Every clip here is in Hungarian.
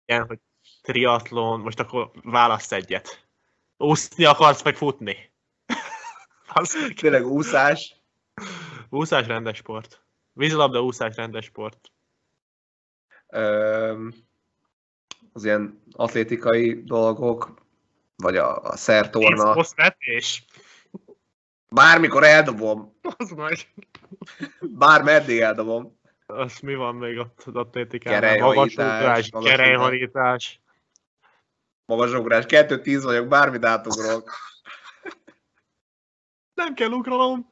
ilyen, hogy triatlon, most akkor válasz egyet. Úszni akarsz, meg futni? Tényleg úszás. Úszás rendes sport. Vízilabda, úszás rendes sport. Az ilyen atlétikai dolgok, vagy a szertorna. Diszkoszvetés. Bármikor eldobom. Az nagy. Bármeddig eldobom. Az mi van még ott az atlétikában? Kerelyhajítás. Kerelyhajítás. Magasugrás. 2-10 vagyok, bármit átugrok. Nem kell ugralom.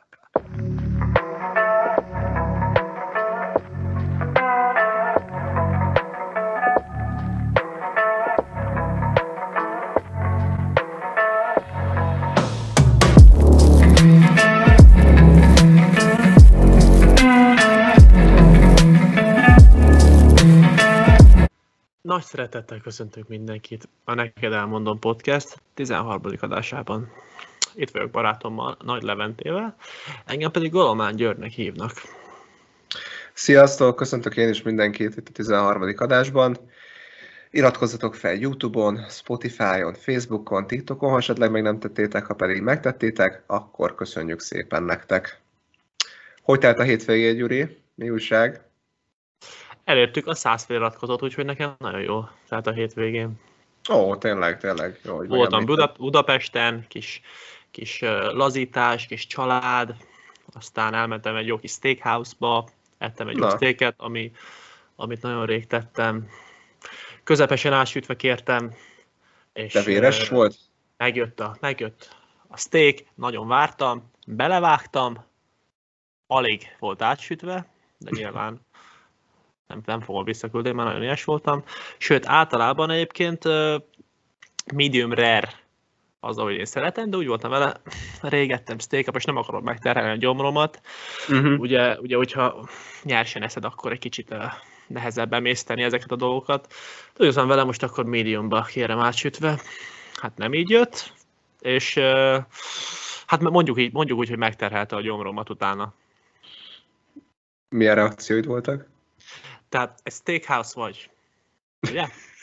Nagy szeretettel köszöntünk mindenkit a Neked Elmondom Podcast 13. adásában. Itt vagyok barátommal, Nagy Leventével, engem pedig Golomán Györgynek hívnak. Sziasztok, köszöntök én is mindenkit itt a 13. adásban. Iratkozzatok fel YouTube-on, Spotify-on, Facebookon, TikTokon, ha esetleg még nem tettétek, ha pedig megtettétek, akkor köszönjük szépen nektek. Hogy telt a hétvégé, Gyuri? Mi újság? Elértük a 100 feliratkozót, úgyhogy nekem nagyon jó telt a hétvégén. Ó, tényleg. Jó, hogy voltam Budapesten, kis lazítás, kis család, aztán elmentem egy jó kis steakhouse-ba, ettem egy jó steaket, amit nagyon rég tettem. Közepesen átsütve kértem. És de véres volt? Megjött a steak, nagyon vártam, belevágtam, alig volt átsütve, de nyilván nem fogom visszaküldeni, mert nagyon ilyes voltam. Sőt, általában egyébként medium rare az, ahogy én szeretem, de úgy voltam vele, rég ettem steak-et, és nem akarom megterhelni a gyomromat. Ugye, hogyha nyersen eszed, akkor egy kicsit nehezebb emészteni ezeket a dolgokat. De úgy voltam vele, most akkor mediumba kérem átsütve. Hát nem így jött, és hát mondjuk úgy, hogy megterhelte a gyomromat utána. Milyen reakcióid voltak? Tehát egy steakhouse vagy, ugye?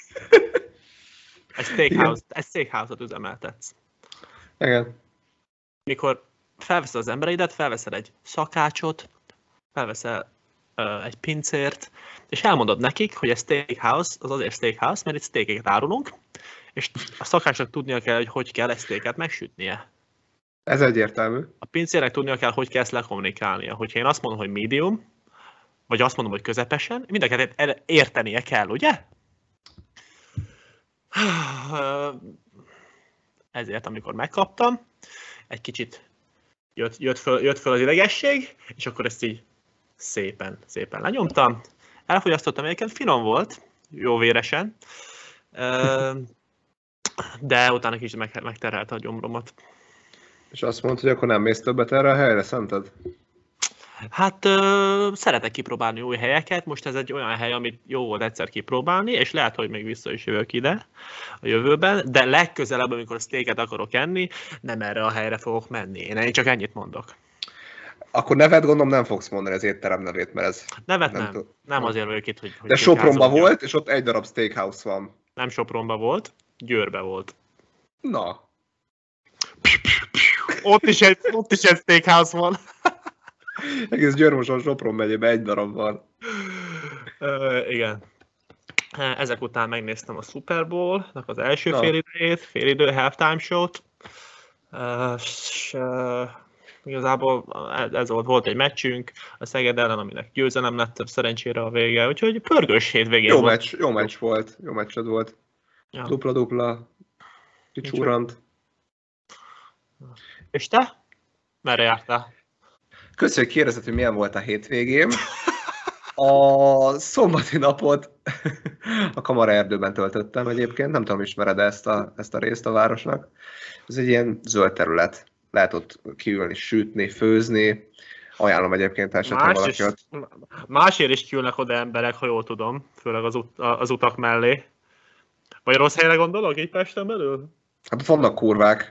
Egy steakhouse-ot üzemeltetsz. Igen. Mikor felveszed az embereidet, felveszel egy szakácsot, felveszel egy pincért, és elmondod nekik, hogy a steakhouse az azért steakhouse, mert itt steakeket árulunk, és a szakácsnak tudnia kell, hogy kell ezt steaket megsütnie. Ez egyértelmű. A pincérnek tudnia kell, hogy kell ezt lekommunikálnia. Hogyha én azt mondom, hogy medium, vagy azt mondom, hogy közepesen, mindenket értenie kell, ugye? Ezért, amikor megkaptam, egy kicsit jött föl az idegesség, és akkor ezt így szépen lenyomtam. Elfogyasztottam, egyébként finom volt, jó véresen, de utána kicsit megterhelte a gyomromat. És azt mondta, hogy akkor nem mész többet erre a helyre, szerinted? Hát szeretek kipróbálni új helyeket, most ez egy olyan hely, amit jó volt egyszer kipróbálni, és lehet, hogy még vissza is jövök ide a jövőben, de legközelebb, amikor steaket akarok enni, nem erre a helyre fogok menni. Én csak ennyit mondok. Akkor nevet gondolom nem fogsz mondani az étterem nevét, mert ez... Nevet nem azért vagyok itt, hogy de Sopronban volt, és ott egy darab steakhouse van. Nem Sopronban volt, Győrben volt. Na. Ott is egy steakhouse van. Egész Győr-Moson Sopron megyében egy darab van. Igen. Ezek után megnéztem a Super Bowl-nak az első félidő halftime show-t. És igazából ez volt egy meccsünk a Szeged ellen, aminek győzelem lett szerencsére a vége, úgyhogy pörgős hétvégén volt. Jó meccs volt. Jó meccsed volt. Ja. Dupla, kicsúrant. És te? Merre jártál? Köszönjük, kérdezett, hogy milyen volt a hétvégém. A szombati napot a Kamara erdőben töltöttem egyébként, nem tudom, ismered ezt a részt a városnak. Ez egy ilyen zöld terület. Lehet ott kiülni, sütni, főzni. Ajánlom egyébként esetleg valakiat. Másért is kiülnek oda emberek, ha jól tudom, főleg az utak mellé. Vagy rossz helyre gondolok, így Pesten belül? Hát vannak kurvák.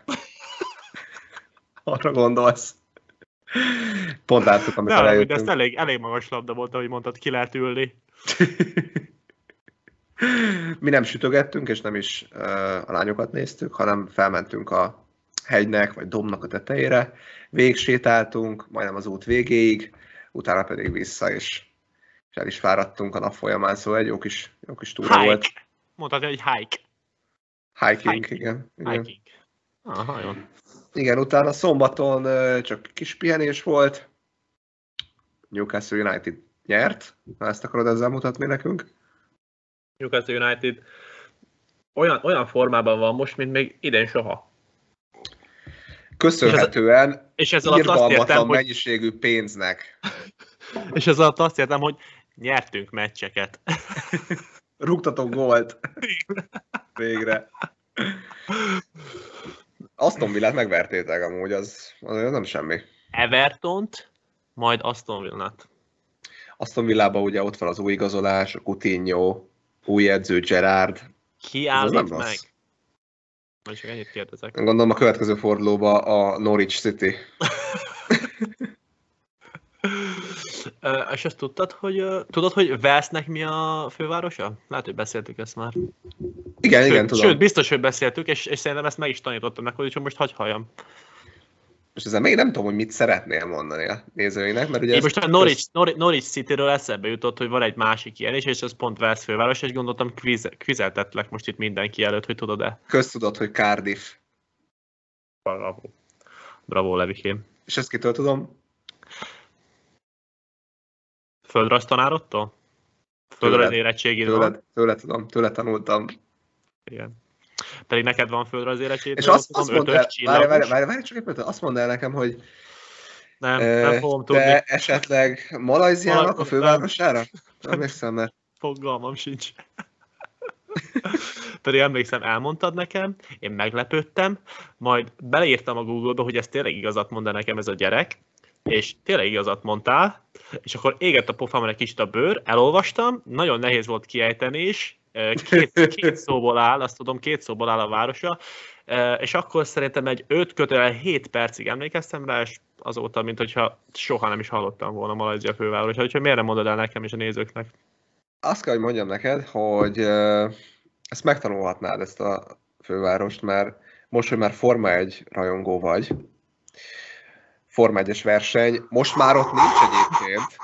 Arra gondolsz. Pont láttuk, amikor eljöttünk. De ez elég magas labda volt, ahogy mondtad, ki lehet ülni. Mi nem sütögettünk, és nem is a lányokat néztük, hanem felmentünk a hegynek, vagy dombnak a tetejére, végsétáltunk, majdnem az út végéig, utána pedig vissza, és el is fáradtunk a nap folyamán, szóval egy jó kis túra volt. Mondhatni, hogy hike. Hiking, igen. Hiking. Aha, jó. Igen, utána szombaton csak kis pihenés volt. Newcastle United nyert, ha ezt akarod ezzel mutatni nekünk. Newcastle United olyan formában van most, mint még idén soha. Köszönhetően és ez alatt azt értem, mennyiségű pénznek. És ez alatt azt értem, hogy nyertünk meccseket. Rúgtatok gólt. Végre. Aston Villát megvertétek amúgy, az nem semmi. Evertont, majd Aston Villát. Aston Villában ugye ott van az új igazolás, a Coutinho, új edző Gerrard. Ki állít meg? Majd csak ennyit kérdezek. Gondolom a következő fordulóban a Norwich City. És azt tudod, hogy Walesnek mi a fővárosa? Lehet, hogy beszéltük ezt már. Igen, tudom. Sőt, biztos, hogy beszéltük, és szerintem ezt meg is tanítottam meg, hogy most hadd halljam. Most ezzel még nem tudom, hogy mit szeretnél mondani a nézőinek, mert ugye... Én most a Norwich Cityről eszembe jutott, hogy van egy másik ilyen is, és ez pont Wales főváros, és gondoltam kvizeltetlek most itt mindenki előtt, hogy tudod-e. Köztudod, hogy Cardiff. Bravo, Levikém. És ezt kitől tudom? Földrajztanárottól? Földrajz érettségidől? Tőle tanultam. Igen. Pedig neked van földrajz érettségidől? És azt mondd el, várj csak egy azt mondd el nekem, hogy nem fogom tudni. Te esetleg Malajziának a fővárosára? Emlékszem, mert... Fogalmam sincs. Pedig emlékszem, elmondtad nekem, én meglepődtem, majd beleírtam a Google-ba, hogy ez tényleg igazat mond nekem ez a gyerek, és tényleg igazat mondtál, és akkor égett a pofámon egy kicsit a bőr, elolvastam, nagyon nehéz volt kiejteni is, két szóból áll, azt tudom, 2 szóból áll a városa, és akkor szerintem egy 5-7 percig emlékeztem rá, és azóta, mint hogyha soha nem is hallottam volna Malajzia fővárosa, úgyhogy miért nem mondod el nekem és a nézőknek? Azt kell, hogy mondjam neked, hogy ezt megtanulhatnád, ezt a fővárost, mert most, hogy már Forma 1 rajongó vagy, Forma 1-es verseny, most már ott nincs egyébként,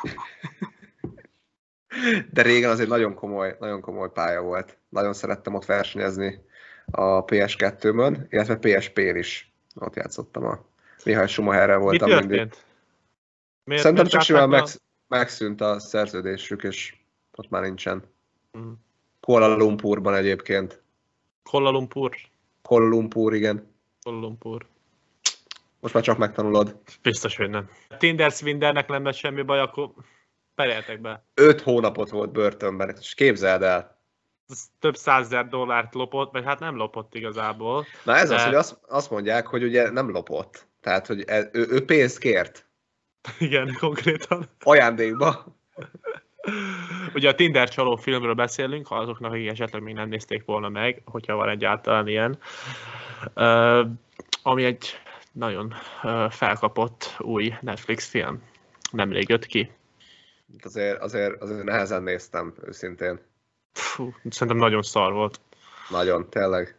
de régen az egy nagyon komoly pálya volt. Nagyon szerettem ott versenyezni a PS2-mön, illetve PSP-n is. Ott játszottam a Mihály Schumacherrel voltam mindig. Szerintem csak simán megszűnt a szerződésük, és ott már nincsen. Kuala Lumpurban egyébként. Kuala Lumpur? Kuala Lumpur, igen. Kuala Lumpur. Most már csak megtanulod. Biztos, hogy nem. Tinder Swindernek nem lett semmi baj, akkor pereltek be. 5 hónapot volt bőrtönben, és képzeld el. Több $100,000 lopott, vagy hát nem lopott igazából. Na ez az, hogy azt mondják, hogy ugye nem lopott. Tehát, hogy ő pénzt kért. Igen, konkrétan. Ajándékba. Ugye a Tinder csaló filmről beszélünk, ha azoknak, akik esetleg még nem nézték volna meg, hogyha van egyáltalán ilyen. Ami egy nagyon felkapott új Netflix film. Nemrég jött ki. Azért nehezen néztem, őszintén. Fú, szerintem nagyon szar volt. Nagyon, tényleg.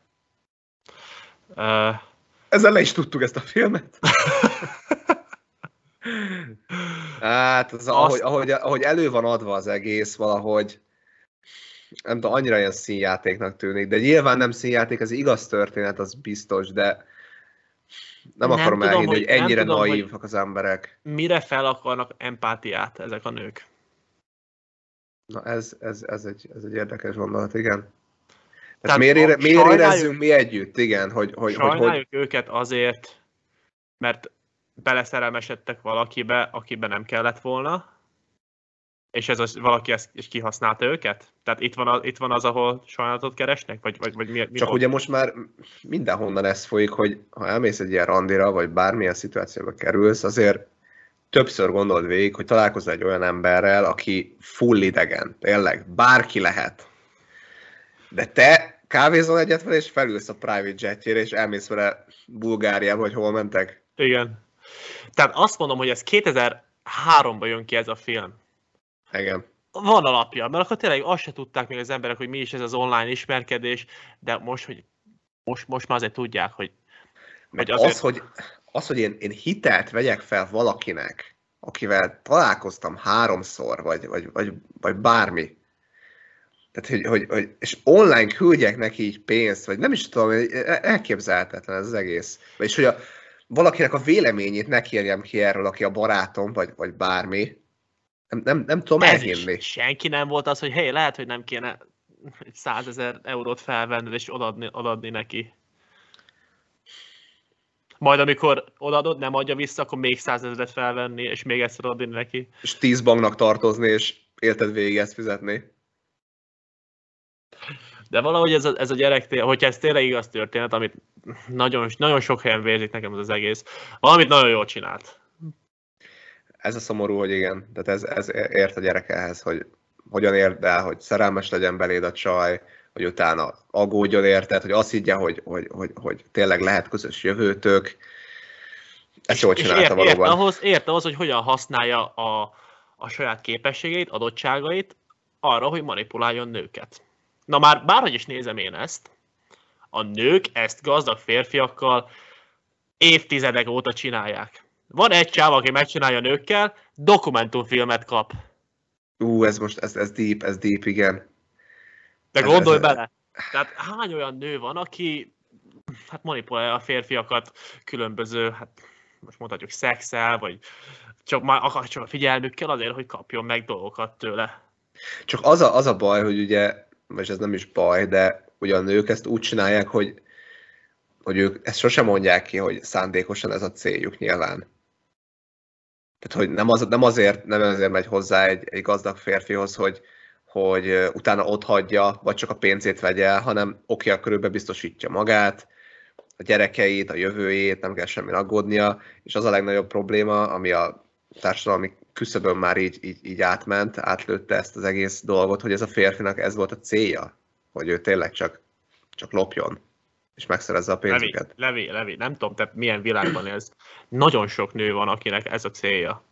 Ezzel le is tudtuk ezt a filmet. Hát, ahogy elő van adva az egész, valahogy nem tudom, annyira ilyen színjátéknak tűnik, de nyilván nem színjáték, ez igaz történet, az biztos, de nem akarom elhinni, hogy ennyire naívak az emberek. Mire fel akarnak empátiát ezek a nők? Na ez egy érdekes gondolat, igen. Tehát miért érezzünk mi együtt, igen? Sajnáljuk őket azért, mert beleszerelmesedtek valakibe, akiben nem kellett volna, és valaki ezt is kihasználta őket? Tehát itt van az, ahol sajnálatot keresnek? Vagy mi csak volt? Ugye most már mindenhonnan ez folyik, hogy ha elmész egy ilyen randira, vagy bármilyen szituációba kerülsz, azért többször gondold végig, hogy találkozol egy olyan emberrel, aki full idegen, tényleg, bárki lehet. De te kávézol egyet vele, és felülsz a private jetjére, és elmész vele Bulgáriába, hogy hol mentek. Igen. Tehát azt mondom, hogy ez 2003-ban jön ki ez a film. Igen. van alapja, mert akkor tényleg azt se tudták még az emberek, hogy mi is ez az online ismerkedés, de most már azért tudják, hogy azért... Az, hogy én hitelt vegyek fel valakinek, akivel találkoztam 3-szor, vagy bármi, tehát, és online küldjek neki így pénzt, vagy nem is tudom, elképzelhetetlen ez az egész. Vagyis, hogy valakinek a véleményét ne kérjem ki erről, aki a barátom, vagy bármi. Nem tudom elhinni. Senki nem volt az, hogy hey, lehet, hogy nem kéne 100 000 eurót felvenned és odaadni neki. Majd amikor odaadod, nem adja vissza, akkor még 100 000-et felvenni, és még egyszer adni neki. És 10 banknak tartozni, és élted végig ezt fizetni. De valahogy ez a gyerek, hogyha ez tényleg igaz történet, amit nagyon sok helyen vérzik nekem az egész, valamit nagyon jól csinált. Ez a szomorú, hogy igen. Tehát ez ért a gyerek ehhez, hogy hogyan érd el, hogy szerelmes legyen beléd a csaj, hogy utána aggódjon érted, hogy azt higgye, hogy tényleg lehet közös jövőtök. Ezt jól csinálta valóban. Ért ahhoz, hogy hogyan használja a saját képességeit, adottságait arra, hogy manipuláljon nőket. Na már bárhogy is nézem én ezt, a nők ezt gazdag férfiakkal évtizedek óta csinálják. Van egy csáv, aki megcsinálja nőkkel, dokumentumfilmet kap. Ez deep, igen. De gondolj bele! Tehát hány olyan nő van, aki manipulálja a férfiakat különböző, most mondhatjuk szexel, vagy csak a figyelmükkel azért, hogy kapjon meg dolgokat tőle. Csak az a baj, hogy ugye, vagy ez nem is baj, de ugye a nők ezt úgy csinálják, hogy ők ezt sosem mondják ki, hogy szándékosan ez a céljuk nyilván. Tehát, hogy nem azért megy hozzá egy gazdag férfihoz, hogy utána otthagyja, vagy csak a pénzét vegye el, hanem körülbelül biztosítja magát, a gyerekeit, a jövőjét, nem kell semmi aggódnia, és az a legnagyobb probléma, ami a társadalmi küszöbön már így átlőtte ezt az egész dolgot, hogy ez a férfinak ez volt a célja, hogy ő tényleg csak lopjon, és megszerezze a pénzüket. Levi, nem tudom, te milyen világban élsz. Nagyon sok nő van, akinek ez a célja.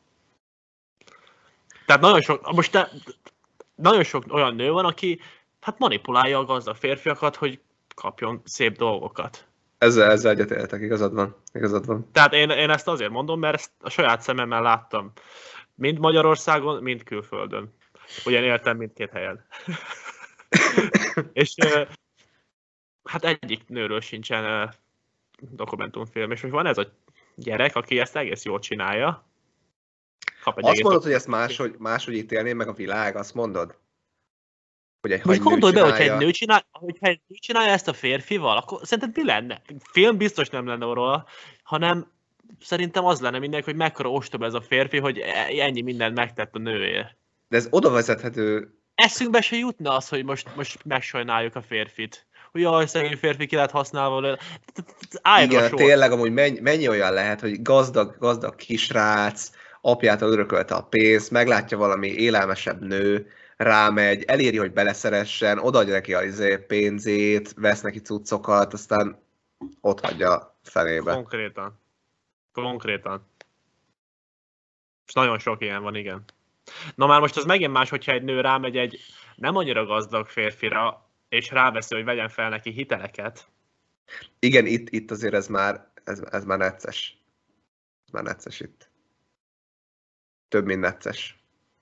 Tehát nagyon sok olyan nő van, aki manipulálja a gazdag férfiakat, hogy kapjon szép dolgokat. Ezzel egyetértek, igazad van. Tehát én ezt azért mondom, mert ezt a saját szememmel láttam. Mind Magyarországon, mind külföldön. Ugyan éltem mindkét helyen. És egyik nőről sincsen dokumentumfilm. És most van ez a gyerek, aki ezt egész jól csinálja. Azt mondod, hogy ezt máshogy ítélné meg a világ, azt mondod? Most gondolj be, hogyha egy nő csinálja ezt a férfival, akkor szerinted mi lenne? Film biztos nem lenne róla, hanem szerintem az lenne mindenki, hogy mekkora ostoba ez a férfi, hogy ennyi mindent megtett a nőért. De ez oda vezethető... Eszünkbe se jutna az, hogy most megsajnáljuk a férfit. Hogy jaj, szegény férfi ki lehet használva. Igen, tényleg amúgy mennyi olyan lehet, hogy gazdag kisrác, apjától örökölte a pénzt, meglátja valami élelmesebb nő, rámegy, eléri, hogy beleszeressen, odaadja neki a pénzét, vesz neki cuccokat, aztán ott hagyja felébe. Konkrétan. És nagyon sok ilyen van, igen. Na már most az megint más, hogyha egy nő rámegy egy nem annyira gazdag férfira, és ráveszi, hogy vegyen fel neki hiteleket. Igen, itt azért ez már necces. Ez már necces itt. Több, mint necces.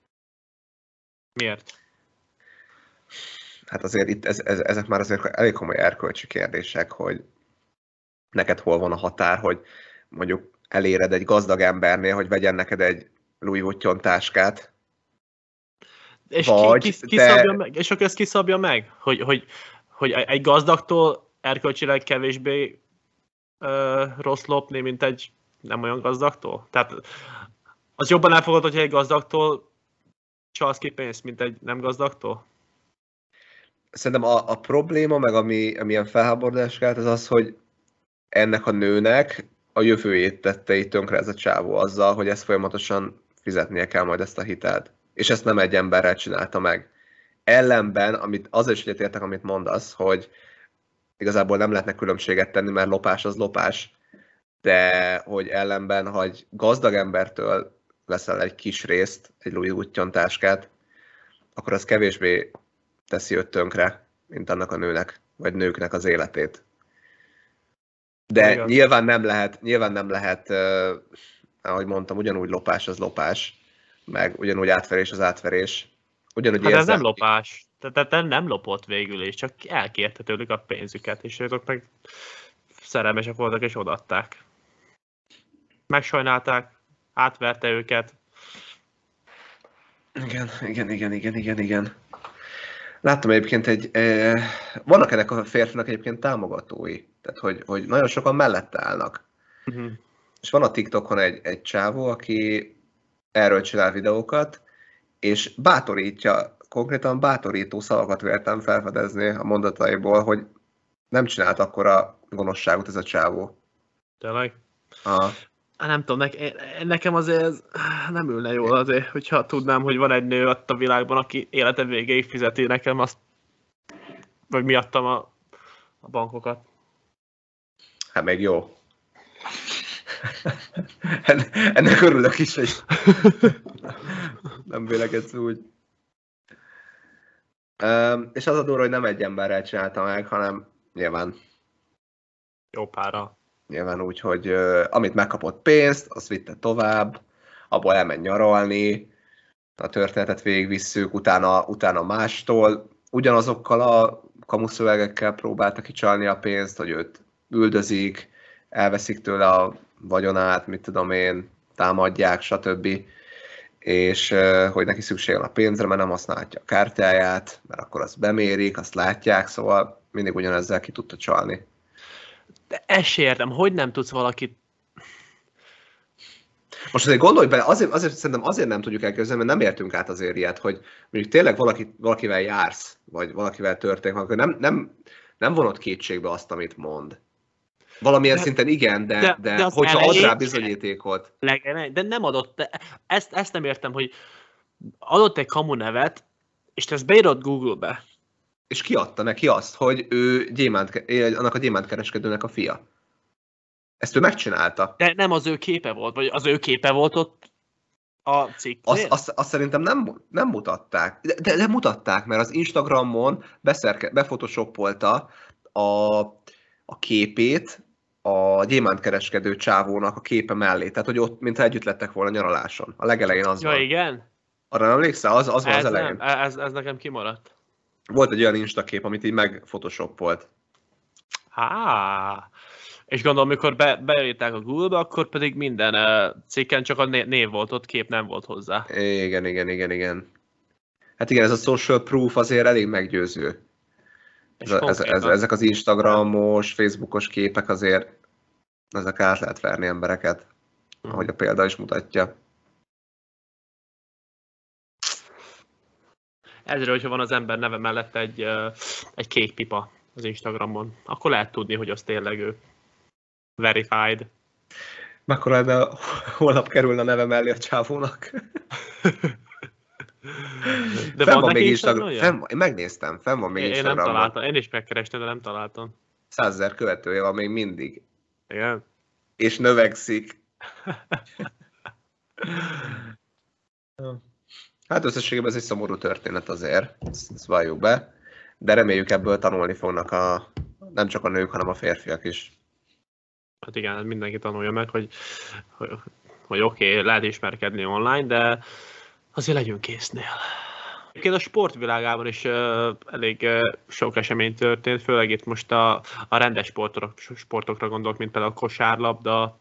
Miért? Hát azért itt ezek már azért elég komoly erkölcsi kérdések, hogy neked hol van a határ, hogy mondjuk eléred egy gazdag embernél, hogy vegyen neked egy Louis Vuitton táskát. És és akkor ezt kiszabja meg? Hogy egy gazdagtól erkölcsileg kevésbé rossz lopni, mint egy nem olyan gazdagtól? Tehát az jobban elfogad, hogyha egy gazdagtól csalsz ki pénzt, mint egy nem gazdagtól? Szerintem a probléma, meg amilyen felháborodás kelt, az az, hogy ennek a nőnek a jövőjét tette itt tönkre ez a csávó azzal, hogy ezt folyamatosan fizetnie kell majd ezt a hitelt. És ezt nem egy emberrel csinálta meg. Ellenben, azzal is egyetértek, amit mondasz, hogy igazából nem lehetne különbséget tenni, mert lopás az lopás, de hogy ellenben, ha egy gazdag embertől veszel egy kis részt, egy Louis Vuitton táskát, akkor az kevésbé teszi őt tönkre, mint annak a nőnek, vagy nőknek az életét. De nyilván nem lehet, ahogy mondtam, ugyanúgy lopás az lopás, meg ugyanúgy átverés az átverés. Ugyanúgy hát ez nem lopás. Tehát nem lopott végül is, csak elkérte tőlük a pénzüket, és azok meg szerelmesek voltak és odaadták. Megsajnálták, átverte őket. Igen. Láttam egyébként vannak ennek a férfinak egyébként támogatói, tehát hogy nagyon sokan mellette állnak. Uh-huh. És van a TikTokon egy csávó, aki erről csinál videókat, és konkrétan bátorító szavakat véltem felfedezni a mondataiból, hogy nem csinált akkora gonoszságot ez a csávó. Tényleg? Nem tudom, nekem azért ez nem ülne jól azért, hogyha tudnám, hogy van egy nő ott a világban, aki élete végéig fizeti nekem azt, vagy miattam a bankokat. Hát még jó. Ennek örülök is, hogy nem vélekedsz úgy. És az a durva, hogy nem egy emberrel csinálta meg, hanem nyilván jó pára. Nyilván úgy, hogy amit megkapott pénzt, azt vitte tovább, abból elment nyaralni, a történetet végigvisszük, utána mástól. Ugyanazokkal a kamuszövegekkel próbálta kicsalni a pénzt, hogy őt üldözik, elveszik tőle a vagyonát, mit tudom én, támadják, stb. És hogy neki szükség van a pénzre, mert nem használhatja a kártyáját, mert akkor azt bemérik, azt látják, szóval mindig ugyanezzel ki tudta csalni. De ezt se értem, hogy nem tudsz valakit... Most azért gondolj bele, azért szerintem azért nem tudjuk elképzelni, mert nem értünk át azért ilyet, hogy mondjuk tényleg valakivel jársz, vagy valakivel történik, akkor nem vonod kétségbe azt, amit mond. Valamilyen szinten igen, de hogyha ad rá bizonyítékot. De nem adott, ezt nem értem, hogy adott egy kamu nevet, és te ezt beírod Google-be. És kiadta neki azt, hogy ő annak a gyémántkereskedőnek a fia. Ezt ő megcsinálta. De nem az ő képe volt, vagy az ő képe volt ott a cikknél? Azt szerintem nem mutatták. De mutatták, mert az Instagramon befotoshopolta a képét a gyémántkereskedő csávónak a képe mellé. Tehát, hogy ott, mintha együtt lettek volna nyaraláson. A legelején az van. Ja, igen? Arra nem emlékszel? Az van az elején. Ez nekem kimaradt. Volt egy olyan Instakép, amit így megphotoshopolt. És gondolom, amikor beírták a Google-be, akkor pedig minden cikken csak a név volt ott, kép nem volt hozzá. Igen. Hát igen, ez a social proof azért elég meggyőző. Ezek az Instagramos, Facebookos képek azért, ezek át lehet verni embereket, ahogy a példa is mutatja. Ezért, hogyha van az ember neve mellett egy kék pipa az Instagramon, akkor lehet tudni, hogy az tényleg ő. Verified. Mekkora lenne holnap kerülne a neve mellé a csávónak? De fenn van még Instagram. Én megnéztem, fenn van még Instagramon. Én nem találtam, én is megkerestem, de nem találtam. 100 000 követője van még mindig. Igen. És növekszik. Hát összességében ez egy szomorú történet azért, ezt valljuk be. De reméljük ebből tanulni fognak nem csak a nők, hanem a férfiak is. Hát igen, mindenki tanulja meg, hogy oké, lehet ismerkedni online, de azért legyünk késznél. Egyébként a sportvilágában is elég sok esemény történt, főleg itt most a rendes sportokra gondolok, mint például a kosárlabda.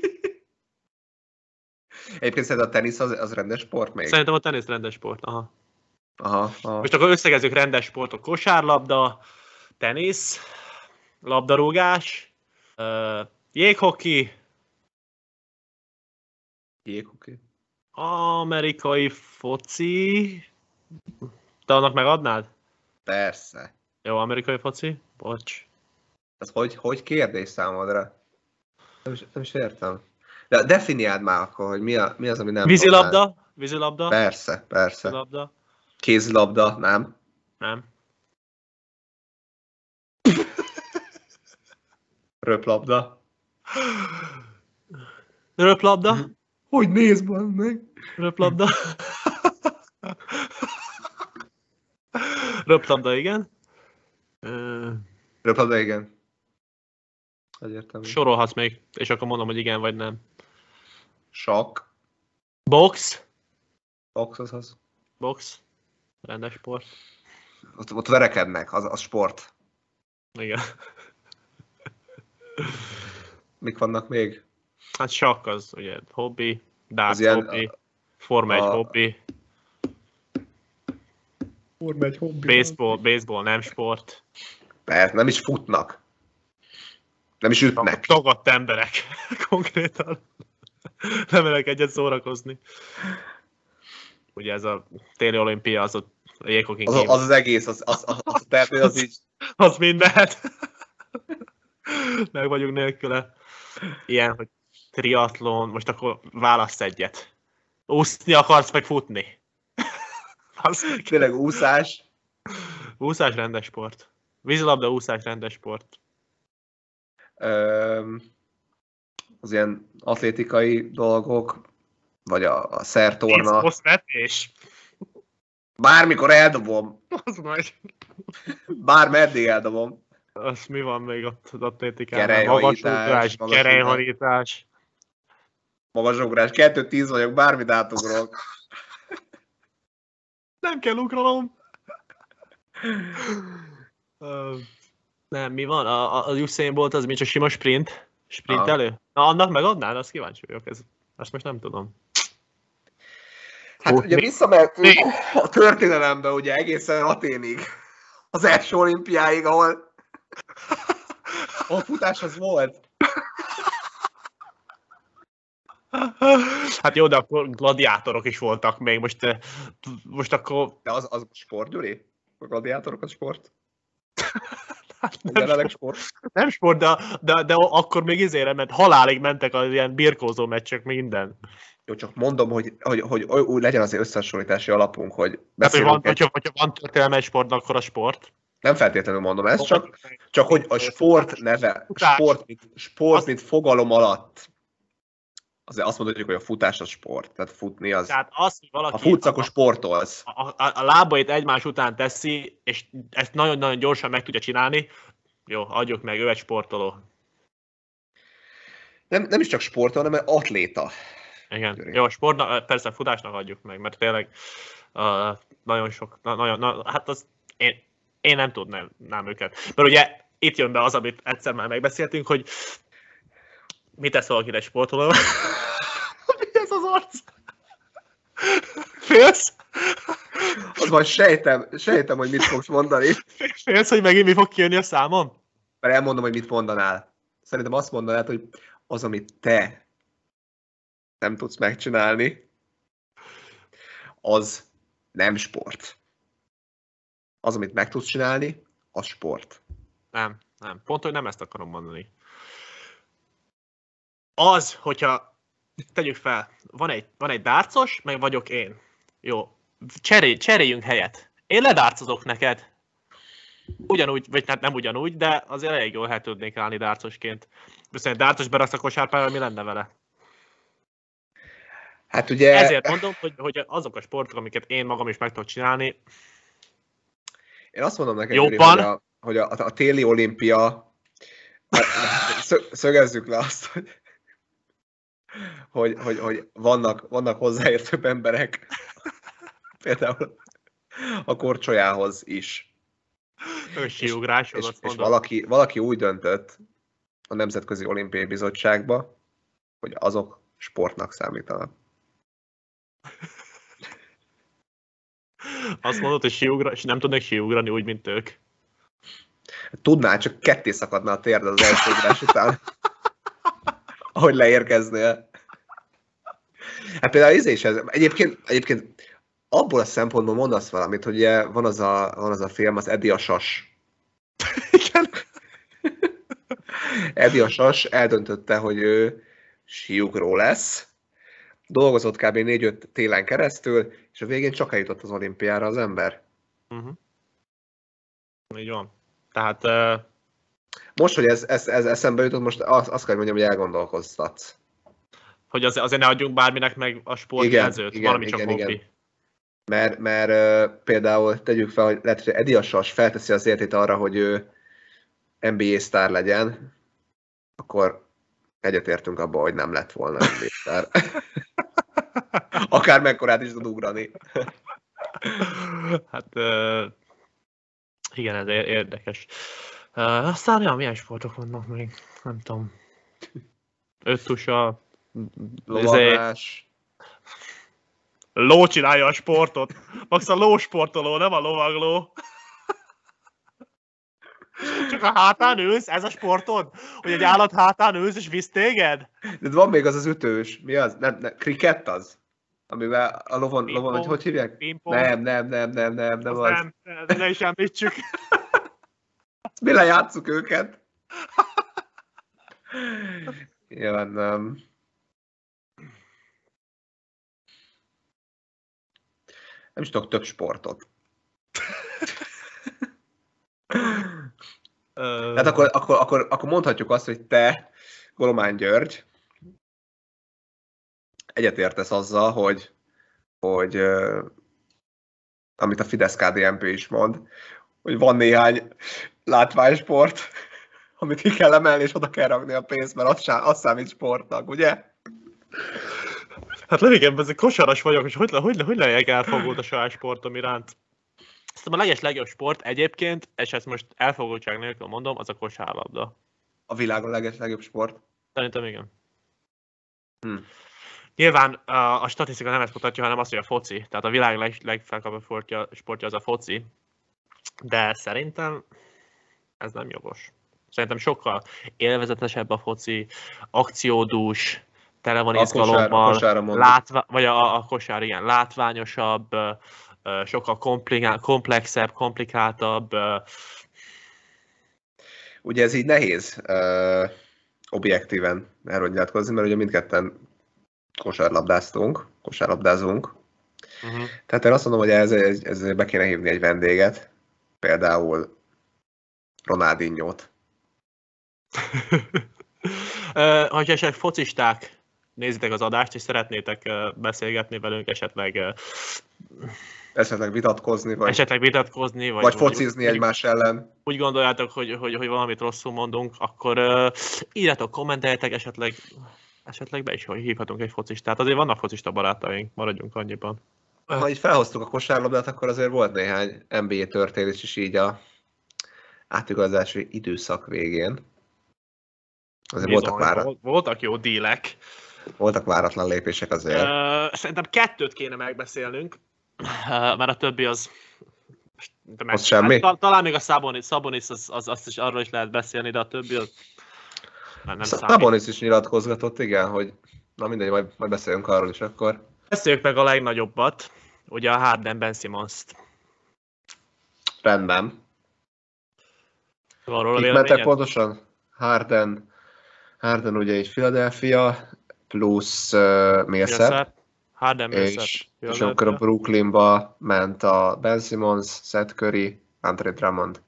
Egyébként szerintem a tenisz az rendes sport még? Szerintem a tenisz rendes sport, aha. Most akkor összegezzük rendes sportok: kosárlabda, tenisz, labdarúgás, jéghoki, amerikai foci. Te annak megadnád? Persze. Jó, amerikai foci? Bocs. Ez hogy kérdés számodra? Nem is értem. De definiáld már akkor, hogy mi az, ami nem... Vízilabda? Persze. Vízilabda. Kézilabda, nem? Nem. Röplabda. Röplabda? Hogy néz meg? Röplabda. Röplabda, igen. Röplabda, igen. Egyértelmű. Sorolhatsz még, és akkor mondom, hogy igen vagy nem. Sakk. Box. Box az. Box. Rendes sport. Ott verekednek, az sport. Igen. Mik vannak még? Hát sakk az ugye hobbi, darts ilyen, hobbi, Forma 1 hobbi. Forma 1 hobbi. Baseball nem sport. Persze, nem is futnak. Nem is ütnek. Tagadt emberek, konkrétan. Nem mennek egyet szórakozni. Ugye ez a téli olimpia, az ott a jéghokin kívül. Az egész, az így. Az mind mehet. Meg vagyunk nélküle. Ilyen, hogy triatlon, most akkor válasz egyet. Úszni akarsz, meg futni? Tényleg úszás. Úszás rendes sport. Vízilabda, úszás rendes sport. Az ilyen atlétikai dolgok, vagy a szertorna. Pénzposzvetés. Bármikor eldobom. Az majd. Bármeddig eldobom. Az mi van még ott az atlétikában? Kerelyhajítás. Kerelyhajítás. Magasugrás. 2-10 vagyok, bármit átugrok. Nem kell ugranom. Nem, mi van? A Usain Bolt az mi csak sima sprint? Sprintelő? Na, annak megadnál? Azt kíváncsi vagyok. Azt most nem tudom. Hát ugye visszamehetünk a történelembe ugye egészen Aténig. Az első olimpiáig, ahol a futás az volt. Hát jó, de akkor gladiátorok is voltak még. Most akkor... De az sport, Gyuri? A gladiátorok az sport? Hát sport? Nem sport, de akkor még izére ment, halálig mentek az ilyen birkózó meccsek, minden. Jó, csak mondom, hogy úgy legyen azért összehasonlítási alapunk, hogy beszélünk. Hát, hogyha van történelmi sport, akkor a sport. Nem feltétlenül mondom ezt, csak hogy a sport neve, sport mint fogalom alatt, azért azt mondhatjuk, hogy a futás a sport, tehát futni az, tehát az, hogy valaki a futsz, akkor sportolsz. A lábait egymás után teszi, és ezt nagyon-nagyon gyorsan meg tudja csinálni, jó, adjuk meg, ő egy sportoló. Nem is csak sportoló, hanem atléta. Igen, jó, a sportnak, persze a futásnak adjuk meg, mert tényleg nagyon sok, hát az, én nem tudnám őket. Mert ugye itt jön be az, amit egyszer már megbeszéltünk, hogy mit tesz valakire egy sportoló. Mi ez az arc? Félsz? Az majd sejtem, hogy mit fogsz mondani. Félsz, hogy megint mi fog kijönni a számom? Mert elmondom, hogy mit mondanál. Szerintem azt mondanád, hogy az, amit te nem tudsz megcsinálni, az nem sport. Az, amit meg tudsz csinálni, az sport. Nem. Pont, hogy nem ezt akarom mondani. Az, hogyha tegyük fel, van egy dárcos, meg vagyok én. Jó, cseréljünk helyet. Én ledárcozok neked. Ugyanúgy, vagy hát nem ugyanúgy, de azért elég jól el tudnék állni dárcosként. Viszont egy dárcos beraksz a kosárpályára, mi lenne vele? Hát ugye... Ezért mondom, hogy azok a sportok, amiket én magam is meg tudok csinálni. Én azt mondom neked, jobban, hogy a téli olimpia, szögezzük le azt, hogy vannak hozzáértőbb emberek, például a korcsolyához is. És valaki úgy döntött a Nemzetközi Olimpiai Bizottságba, hogy azok sportnak számítanak. Azt mondod, hogy nem tudnak síugrani úgy, mint ők. Tudnál, csak ketté szakadna a térded az első ugrás után. Ahogy leérkeznél. Hát például is ez. Egyébként abból a szempontból mondasz valamit, hogy ugye van az a film, az Eddie a sas. Igen. Eddie a sas eldöntötte, hogy ő síugró lesz. Dolgozott kb. 4-5 télen keresztül, és a végén csak eljutott az olimpiára az ember. Így van. Tehát... Most, hogy ez eszembe jutott, most azt kell mondjam, hogy elgondolkoztatsz. Hogy azért ne adjunk bárminek meg a sportjelzőt, valami csak hobbi. Mert például tegyük fel, hogy lehet, hogy Edi a Sas felteszi az értét arra, hogy ő NBA sztár legyen, akkor egyetértünk abban, hogy nem lett volna NBA sztár. Akár mekkorát is tud ugrani. Hát igen, ez érdekes. Aztán milyen sportok vannak még? Nem tudom. Öttusa. Lovaglás. Ló csinálja a sportot. Max a lósportoló, nem a lovagló. Csak a hátán ülsz? Ez a sportod? Hogy egy állat hátán ülsz és visz téged? De van még az ütős. Mi az? Nem, krikett az? Amivel a lovon hogy hívják? Pingpong? Nem az. Nem, ne is említsük. Mi lejátszuk őket? Ja, nem. Nem is tudok több sportot. Tehát akkor mondhatjuk azt, hogy te, Golomán György, egyetértesz azzal, hogy amit a Fidesz-KDNP is mond, hogy van néhány látványsport, amit ki kell emelni, és oda kell rakni a pénzt, mert az számít sportnak, ugye? Hát levégem, ez egy kosaras vagyok, és hogy legyek elfogult a saját sportom iránt? Szerintem a legjobb sport egyébként, és ezt most elfogultság nélkül mondom, az a kosárlabda. A világon legjobb sport? Szerintem igen. Nyilván a statisztika nem ezt mutatja, hanem azt, hogy a foci. Tehát a világ legfelkapott sportja az a foci. De szerintem ez nem jogos. Szerintem sokkal élvezetesebb a foci, akciódús, tele van izgalommal, vagy a kosár, igen, látványosabb, sokkal komplexebb, komplikáltabb. Ugye ez így nehéz objektíven erről nyilatkozni, mert ugye mindketten kosárlabdázunk. Tehát én azt mondom, hogy ez be kéne hívni egy vendéget, például Ronaldinho-t. Hogyha esetleg focisták nézitek az adást, és szeretnétek beszélgetni velünk, esetleg vitatkozni, vagy focizni egymás ellen. Úgy gondoljátok, hogy valamit rosszul mondunk, akkor írjátok, kommenteljetek, esetleg be is hívhatunk egy focistát. Azért vannak focista barátaink, maradjunk annyiban. Ha így felhoztuk a kosárlabdát, akkor azért volt néhány NBA történés is így a átigazolási időszak végén. Azért voltak jó dílek. Voltak váratlan lépések azért. Szerintem 2 kéne megbeszélnünk, mert a többi az semmi? Talán még a Sabonis azt is arról is lehet beszélni, de a többi az nem Sabonis is nyilatkozgatott, igen, hogy na mindegy, majd beszéljünk arról is akkor. Beszéljük meg a legnagyobbat, ugye a Harden Ben Simmons-t. Rendben. Kik mentek pontosan? Harden ugye egy Philadelphia, plusz Millsap. Harden Millsap. És akkor a Brooklynba ment a Ben Simmons, Seth Curry, Andre Drummond.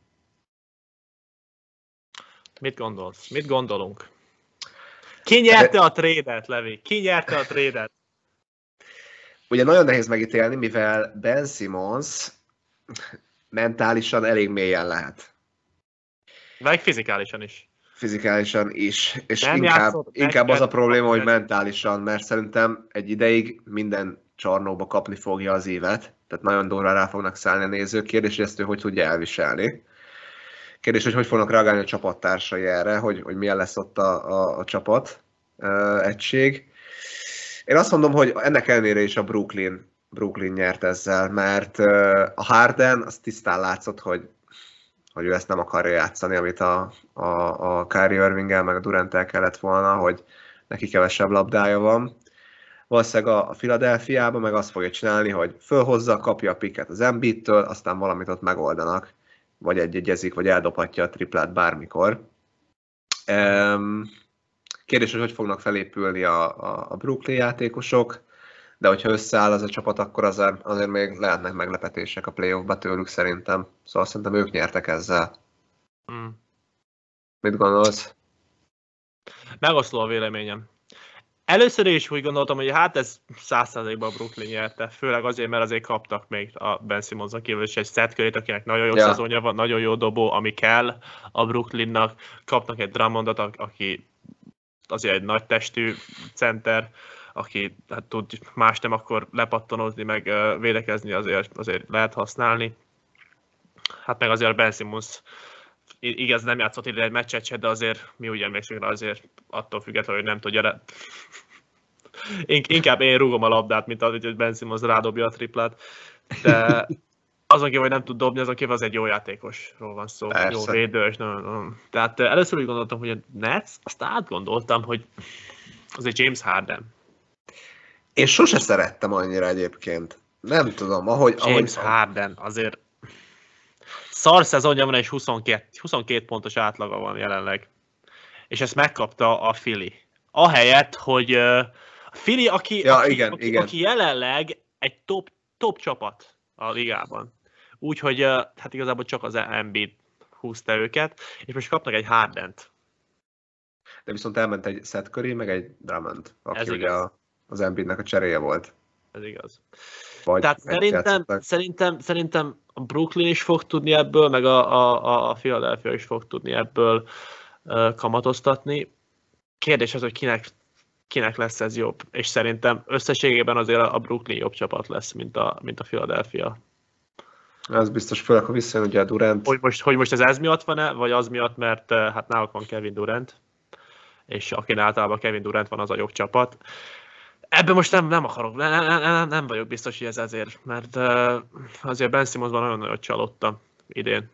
Mit gondolsz? Mit gondolunk? Ki nyerte a trade-et, Levi? Ki nyerte a trade-et? Ugye nagyon nehéz megítélni, mivel Ben Simmons mentálisan elég mélyen lehet. Meg fizikálisan is. És inkább az a probléma, hogy mentálisan, mert szerintem egy ideig minden csarnokba kapni fogja az évet, tehát nagyon durván rá fognak szállni a nézők. Kérdés, hogy ezt ő hogy tudja elviselni. Kérdés, hogy fognak reagálni a csapattársai erre, hogy milyen lesz ott a csapat egység. Én azt mondom, hogy ennek ellenére is a Brooklyn nyert ezzel, mert a Harden az tisztán látszott, hogy ő ezt nem akarja játszani, amit a Kyrie Irvinggel meg a Duranttel kellett volna, hogy neki kevesebb labdája van. Valószínűleg a Philadelphiában meg azt fogja csinálni, hogy fölhozza, kapja a picket az Embiidtől, aztán valamit ott megoldanak, vagy egyezik, vagy eldobhatja a triplát bármikor. Kérdés, hogy fognak felépülni a Brooklyn játékosok, de hogyha összeáll az a csapat, akkor azért még lehetnek meglepetések a playoffba tőlük szerintem. Szóval szerintem ők nyertek ezzel. Mit gondolsz? Megoszló a véleményem. Először is úgy gondoltam, hogy hát ez 100%-ban a Brooklyn nyerte, főleg azért, mert azért kaptak még a Ben Simmonson kívül is egy Seth Curryt, akinek nagyon jó szezonja van, nagyon jó dobó, ami kell a Brooklynnak, kapnak egy Drummondot, aki azért egy nagy testű center, aki hát tud más nem akkor lepattanozni, meg védekezni azért lehet használni. Hát meg azért a Ben Simmons igaz, nem játszott ide egy meccset se, de azért mi úgy emlékszünk rá, azért attól függetlenül, hogy nem tudja inkább én rúgom a labdát, mint az, hogy Ben Simmons rádobja a triplát, de azon kívül, hogy nem tud dobni, azon kívül az egy jó játékosról van szó, persze. Jó védős. Tehát először úgy gondoltam, hogy a Nets, azt átgondoltam, hogy az egy James Harden. Én sose szerettem annyira egyébként. Nem tudom, James Harden azért szar szezonja van, és 22 pontos átlaga van jelenleg. És ezt megkapta a Philly. Ahelyett, hogy a Philly, aki jelenleg egy top csapat a ligában. Úgyhogy hát igazából csak az Embiid húzta őket, és most kapnak egy Hardent. De viszont elment egy Seth Curry, meg egy Drummond, aki ugye az Embiidnek a cseréje volt. Ez igaz. Vagy tehát szerintem a Brooklyn is fog tudni ebből, meg a Philadelphia is fog tudni ebből kamatoztatni. Kérdés az, hogy kinek lesz ez jobb, és szerintem összességében azért a Brooklyn jobb csapat lesz, mint a Philadelphia. Ez biztos, főleg, ha visszajön ugye a Durant. Hogy most ez miatt van-e, vagy az miatt, mert hát náluk van Kevin Durant, és akin általában Kevin Durant van, az a jobb csapat. Ebben most nem akarok, nem vagyok biztos, hogy ez ezért, mert azért Ben Simmonsban nagyon nagyot csalódtam idén.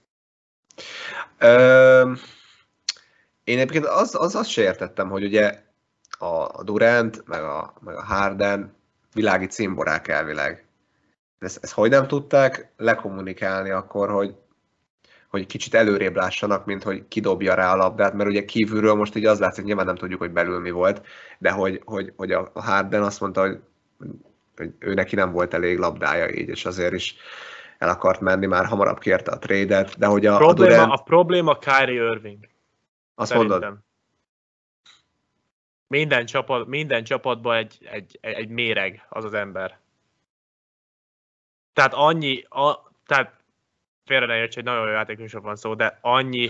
Én egyébként azt se értettem, hogy ugye a Durant, meg a Harden világi címborák elvileg. Ezt hogy nem tudták lekommunikálni akkor, hogy kicsit előrébb lássanak, mint hogy kidobja rá a labdát, mert ugye kívülről most így az látszik, nyilván nem tudjuk, hogy belül mi volt, de hogy a Harden azt mondta, hogy ő neki nem volt elég labdája így, és azért is el akart menni, már hamarabb kérte a trade-et, de hogy a Durant... A probléma Kyrie Irving. Azt szerintem. mondod? Minden csapatban egy méreg az ember. Tehát tehát félre ne érts, egy nagyon jó játékosról van szó, de annyi,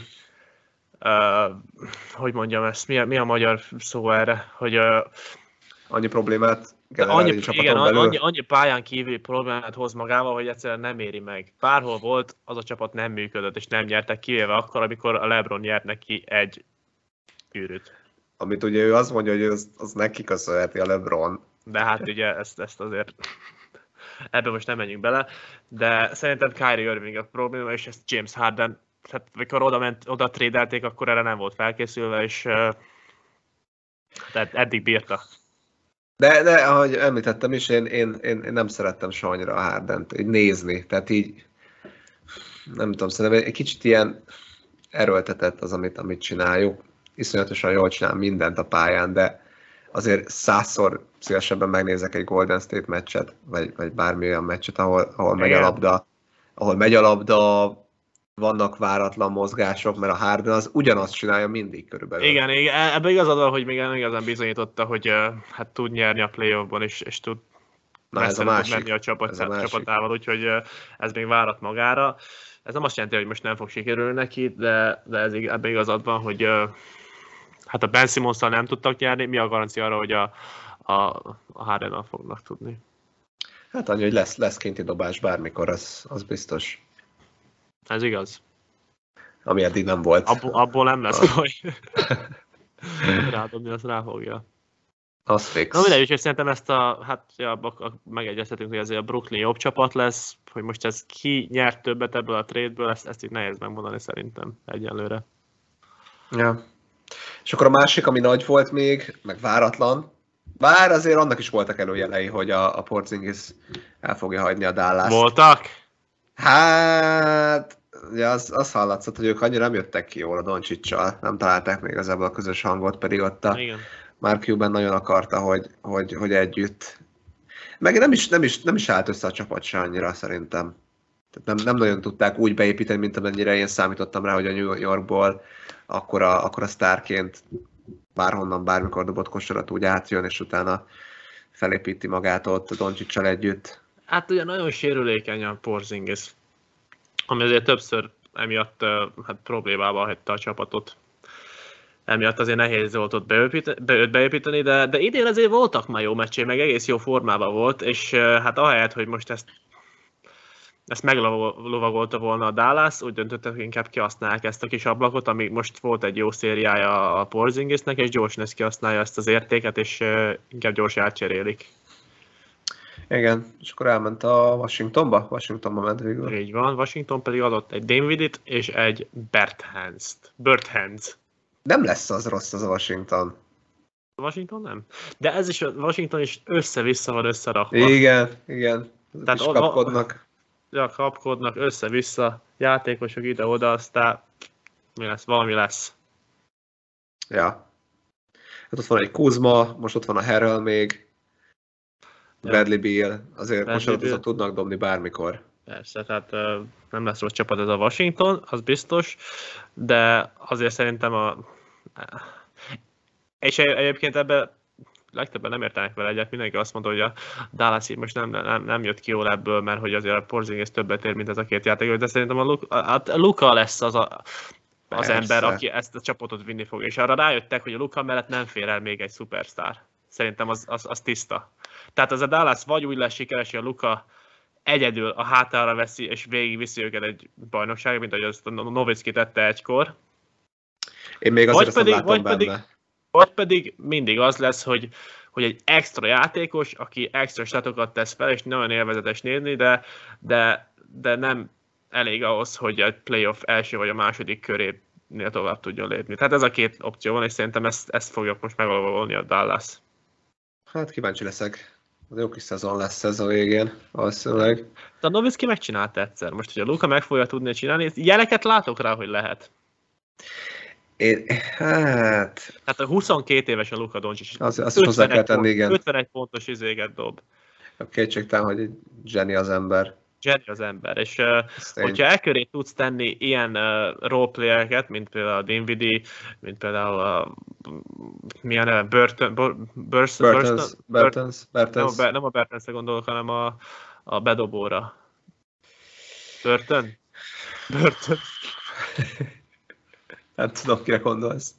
hogy mondjam ezt, mi a magyar szó erre, hogy... annyi problémát generálni csapaton belül. Annyi pályán kívüli problémát hoz magával, hogy egyszerűen nem éri meg. Bárhol volt, az a csapat nem működött, és nem nyertek, kivéve akkor, amikor a LeBron nyert neki egy űrűt. Amit ugye ő azt mondja, hogy az neki köszönheti a LeBron. De hát ugye ezt azért... Ebben most nem menjünk bele, de szerintem Kyrie Irving a probléma, és ezt James Harden, tehát amikor oda trédelték, akkor erre nem volt felkészülve, és tehát eddig bírta. De ahogy említettem is, én nem szerettem soha annyira a Hardent így nézni, tehát így nem tudom, szerintem egy kicsit ilyen erőltetett az, amit csináljuk. Iszonyatosan jól csinál mindent a pályán, de azért 100-szor szívesebben megnézek egy Golden State meccset, vagy bármi olyan meccset, ahol megy a labda, vannak váratlan mozgások, mert a Harden az ugyanazt csinálja mindig körülbelül. Igen, ebben igazad van, hogy még nem igazán bizonyította, hogy hát tud nyerni a playoffban, és tud menni a csapatával, úgyhogy ez még várat magára. Ez nem azt jelenti, hogy most nem fog sikerülni neki, de ebben igazad van, hogy hát a Ben Simmons-szal nem tudtak nyerni, mi a garancia arra, hogy a Hardennal fognak tudni? Hát annyi, hogy lesz kinti dobás bármikor, az biztos. Ez igaz. Ami eddig nem volt. Abból nem lesz baj. Rádobni, azt ráfogja. Az fix. Na mindegy, úgyhogy szerintem ezt megegyeztetünk, hogy azért a Brooklyn jobb csapat lesz, hogy most ez ki nyert többet ebből a trade-ből, ezt így nehéz megmondani szerintem egyenlőre. Ja. És akkor a másik, ami nagy volt még, meg váratlan, bár azért annak is voltak előjelei, hogy a Porzingis el fogja hagyni a Dallast. Voltak? Hát, ugye az hallatszott, hogy ők annyira nem jöttek ki jól a Doncsicsal, nem találták még igazából a közös hangot, pedig ott a Mark Cuban nagyon akarta, hogy együtt. Meg nem is állt össze a csapat se annyira szerintem. Tehát nem nagyon tudták úgy beépíteni, mint amennyire én számítottam rá, hogy a New Yorkból akkor a sztárként bárhonnan, bármikor dobott kosarat úgy átjön, és utána felépíti magát ott Doncsicsal együtt. Hát ugye nagyon sérülékeny a Porzingis, ami azért többször emiatt hát problémába hagyta a csapatot. Emiatt azért nehéz volt ott beépíteni, de idén azért voltak már jó meccsé, meg egész jó formában volt, és hát ahelyett, hogy most ezt meglovagolta volna a Dallas, úgy döntöttek, hogy inkább kihasználják ezt a kis ablakot, ami most volt egy jó szériája a Porzingisnek, és gyorsan ezt kihasználja ezt az értéket, és inkább gyorsan átcserélik. Igen, és akkor elment a Washingtonba? Washingtonba ment végül. Így van, Washington pedig adott egy Dinwiddie-t és egy Bertans. Nem lesz az rossz az a Washington. Washington nem? De ez is, Washington is össze-vissza van összerakva. Igen. Tehát is kapkodnak. Kapkodnak össze-vissza, játékosok ide-oda, aztán valami lesz. Ja. Hát ott van egy Kuzma, most ott van a Harrell még, Bradley Beal, azért most tudnak dobni bármikor. Persze, tehát nem lesz rossz csapat ez a Washington, az biztos, de azért szerintem és egyébként ebben legtöbben nem értenek vele egyet, mindenki azt mondta, hogy a Dallas így most nem jött ki jól ebből, mert hogy azért a Porzingis többet ér, mint ez a két játékos, de szerintem a Luka lesz az ember, aki ezt a csapatot vinni fog, és arra rájöttek, hogy a Luka mellett nem fér el még egy szupersztár. Szerintem az tiszta. Tehát az a Dallas vagy úgy lesz sikeres, hogy a Luka egyedül a hátára veszi, és végigviszi őket egy bajnokságra, mint ahogy azt a Nowitzki tette egykor. Én még azért azt látom benne. Vagy pedig mindig az lesz, hogy egy extra játékos, aki extra statokat tesz fel, és nagyon élvezetes nézni, de nem elég ahhoz, hogy egy playoff első vagy a második körénél tovább tudjon lépni. Tehát ez a két opció van, és szerintem ezt fogja most megvalósulni a Dallas. Hát kíváncsi leszek. Az jó kis szezon lesz ez a végén, valószínűleg. De a Nowitzki megcsinálta egyszer. Most, hogy a Luka meg fogja tudni csinálni, jeleket látok rá, hogy lehet. Tehát a 22 éves a Luka Doncic. Azt is hozzá kell tenni, igen. 51 pontos izéget dob. Kétségtelen, hogy zseni az ember. És hogyha elköré tudsz tenni ilyen roleplayereket, mint például a Dinwiddie, mint például mi a neve? Bertans. Nem a Bertansre gondolok, hanem a bedobóra. Burton? Nem tudom, kire gondolsz.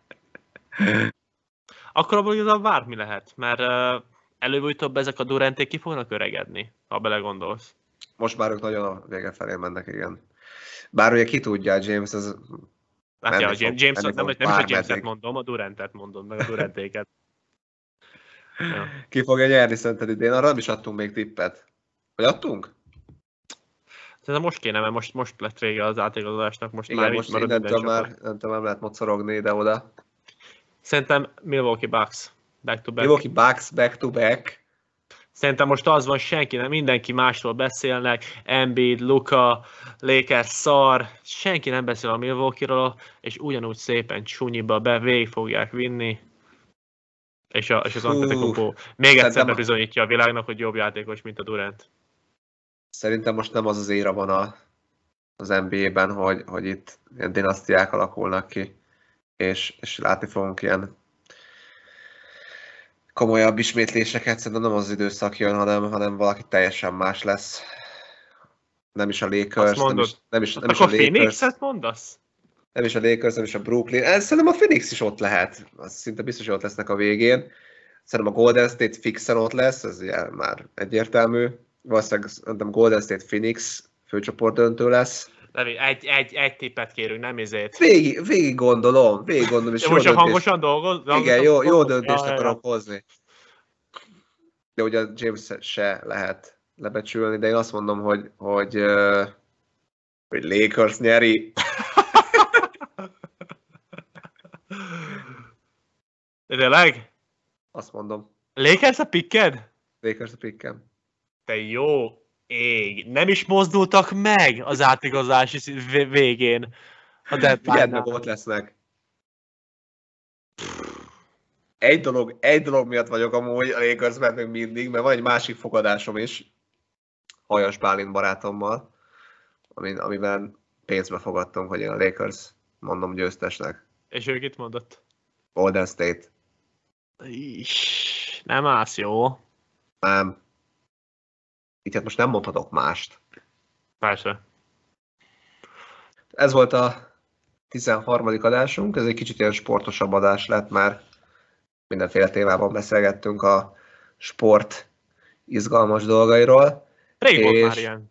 Akkor abból igazából bármi lehet, mert előbb-utóbb ezek a Duranték ki fognak öregedni, ha belegondolsz. Most már ők nagyon a vége felé mennek, igen. Bár ugye ki tudja, James az... Hát ja, James nem is a Jameset mondom, a Durantet mondom, meg a Durantéket. Ja. Ki fogja nyerni szerinted idén? Arra nem is adtunk még tippet. Vagy adtunk? Szerintem most kéne, mert most lett vége az átigazolásnak, most igen, már most nem lehet mocorogni ide-oda. Szerintem Milwaukee Bucks back-to-back. Milwaukee Bucks back-to-back. Szerintem most az van, mindenki másról beszélnek, Embiid, Luka, Lakers szar, senki nem beszél a Milwaukee-ról, és ugyanúgy szépen csúnyiba végig fogják vinni, és az Antetokounmpo még egyszer bebizonyítja a világnak, hogy jobb játékos, mint a Durant. Szerintem most nem az éra van az NBA-ben, hogy itt ilyen dinasztiák alakulnak ki, és látni fogunk ilyen komolyabb ismétléseket. Szerintem nem az időszak jön, hanem valaki teljesen más lesz. Nem is a Lakers, nem is a Phoenixet mondasz? Nem is a Lakers, nem is a Brooklyn. Szerintem a Phoenix is ott lehet. Az szinte biztos, hogy ott lesznek a végén. Szerintem a Golden State fixen ott lesz, ez ugye már egyértelmű. Valószínűleg szerintem Golden State Phoenix főcsoport döntő lesz. Egy tippet kérünk, nem ezért. Végig gondolom, és most hangosan dolgozom? Igen, jó döntést akarok hozni. De ugye a James se lehet lebecsülni, de én azt mondom, hogy Lakers nyeri. De tényleg? Azt mondom. Lakers a picked? Lakers a pickem. Te jó ég. Nem is mozdultak meg az átigazolási végén. A deadline-nál. Meg ott lesznek. Egy dolog miatt vagyok amúgy a Lakersben még mindig, mert van egy másik fogadásom is. Hajas Bálint barátommal, amiben pénzbe fogadtunk, hogy én a Lakers mondom győztesnek. És ő mit mondott? Golden State. Nem állsz jó. Nem. Itt hát most nem mondhatok mást. Persze. Ez volt a 13. adásunk, ez egy kicsit ilyen sportosabb adás lett, már mindenféle témában beszélgettünk a sport izgalmas dolgairól. Rég volt már ilyen.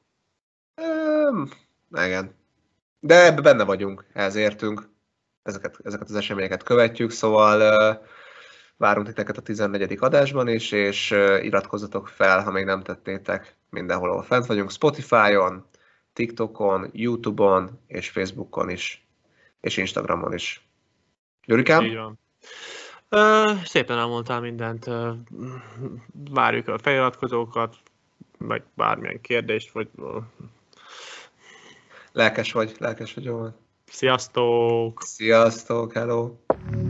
Igen. De ebbe benne vagyunk, ehhez értünk. Ezeket az eseményeket követjük, szóval várunk titeket a 14. adásban is, és iratkozzatok fel, ha még nem tettétek mindenhol, ahol fent vagyunk, Spotify-on, TikTokon, YouTube-on és Facebookon is, és Instagramon is. Gyurikám? Így van. Szépen elmondtál mindent. Várjuk a feliratkozókat, meg bármilyen kérdést, vagy... Lelkes vagy, jól. Sziasztok! Sziasztok, hello!